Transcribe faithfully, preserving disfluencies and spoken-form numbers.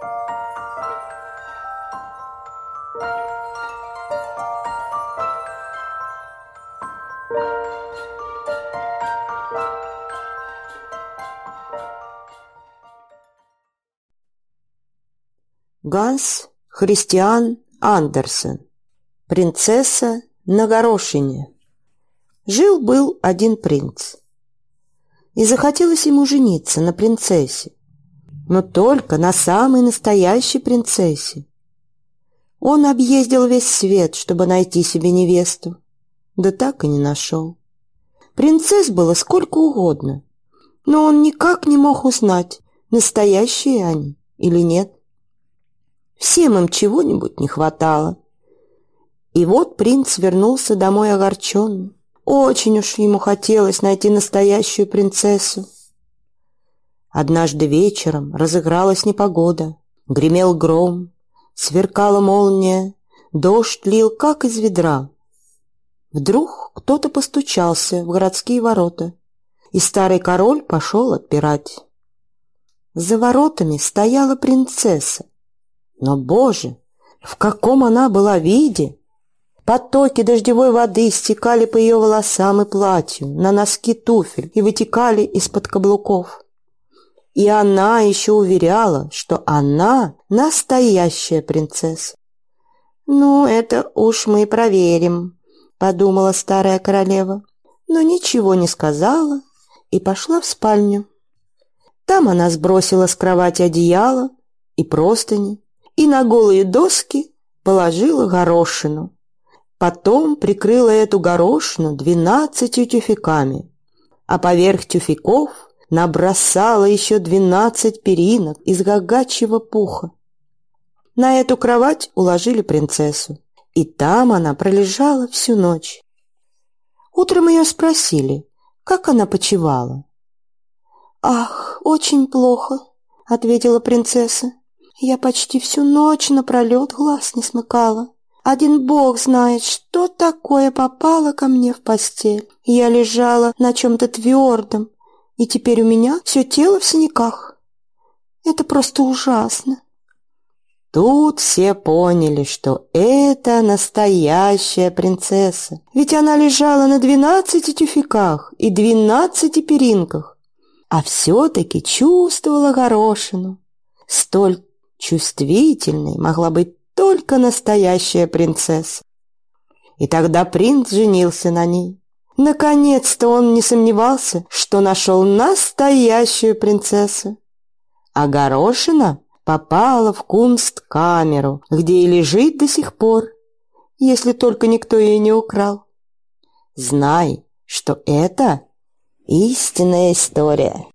Ганс Христиан Андерсен. Принцесса на горошине. Жил-был один принц, и захотелось ему жениться на принцессе, но только на самой настоящей принцессе. Он объездил весь свет, чтобы найти себе невесту, да так и не нашел. Принцесс было сколько угодно, но он никак не мог узнать, настоящие они или нет. Всем им чего-нибудь не хватало. И вот принц вернулся домой огорченным. Очень уж ему хотелось найти настоящую принцессу. Однажды вечером разыгралась непогода. Гремел гром, сверкала молния, дождь лил, как из ведра. Вдруг кто-то постучался в городские ворота, и старый король пошел отпирать. За воротами стояла принцесса. Но, Боже, в каком она была виде! Потоки дождевой воды стекали по ее волосам и платью, на носки туфель и вытекали из-под каблуков. И она еще уверяла, что она настоящая принцесса. «Ну, это уж мы проверим», — подумала старая королева, но ничего не сказала и пошла в спальню. Там она сбросила с кровати одеяло и простыни, и на голые доски положила горошину. Потом прикрыла эту горошину двенадцатью тюфяками, а поверх тюфяков набросала еще двенадцать перинок из гагачьего пуха. На эту кровать уложили принцессу, и там она пролежала всю ночь. Утром ее спросили, как она почивала. «Ах, очень плохо», — ответила принцесса. «Я почти всю ночь напролет глаз не смыкала. Один бог знает, что такое попало ко мне в постель. Я лежала на чем-то твердом, и теперь у меня все тело в синяках. Это просто ужасно». Тут все поняли, что это настоящая принцесса, ведь она лежала на двенадцати тюфяках и двенадцати перинках, а все-таки чувствовала горошину. Столь чувствительной могла быть только настоящая принцесса. И тогда принц женился на ней. Наконец-то он не сомневался, что нашел настоящую принцессу. А горошина попала в кунсткамеру, где и лежит до сих пор, если только никто ее не украл. Знай, что это истинная история.